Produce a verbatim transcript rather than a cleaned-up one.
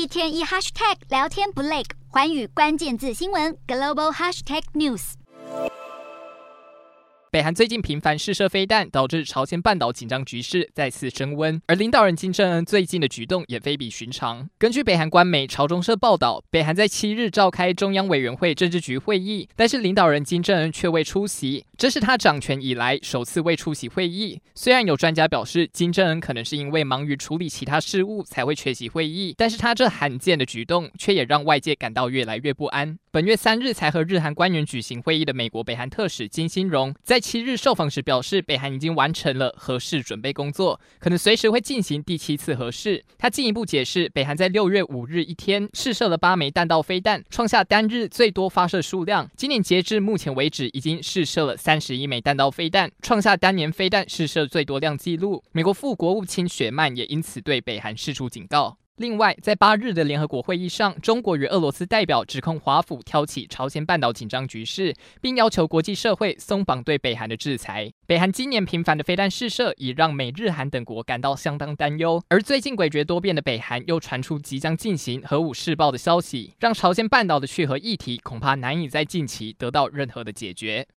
天一 hashtag 聊天不累，寰宇关键字新闻 global hashtag news。 北韩最近频繁试射飞弹，导致朝鲜半岛紧张局势再次升温。而领导人金正恩最近的举动也非比寻常。根据北韩官媒朝中社报道，北韩在七日召开中央委员会政治局会议，但是领导人金正恩却未出席，这是他掌权以来首次未出席会议。虽然有专家表示，金正恩可能是因为忙于处理其他事务才会缺席会议，但是他这罕见的举动却也让外界感到越来越不安。本月三日才和日韩官员举行会议的美国北韩特使金新荣，在七日受访时表示，北韩已经完成了核试准备工作，可能随时会进行第七次核试。他进一步解释，北韩在六月五日一天试射了八枚弹道飞弹，创下单日最多发射数量。今年截至目前为止，已经试射了三十一枚弹道飞弹，创下单年飞弹试射最多量纪录。美国副国务卿雪曼也因此对北韩释出警告。另外，在八日的联合国会议上，中国与俄罗斯代表指控华府挑起朝鲜半岛紧张局势，并要求国际社会松绑对北韩的制裁。北韩今年频繁的飞弹试射，也让美日韩等国感到相当担忧。而最近诡谲多变的北韩又传出即将进行核武试爆的消息，让朝鲜半岛的去核议题恐怕难以在近期得到任何的解决。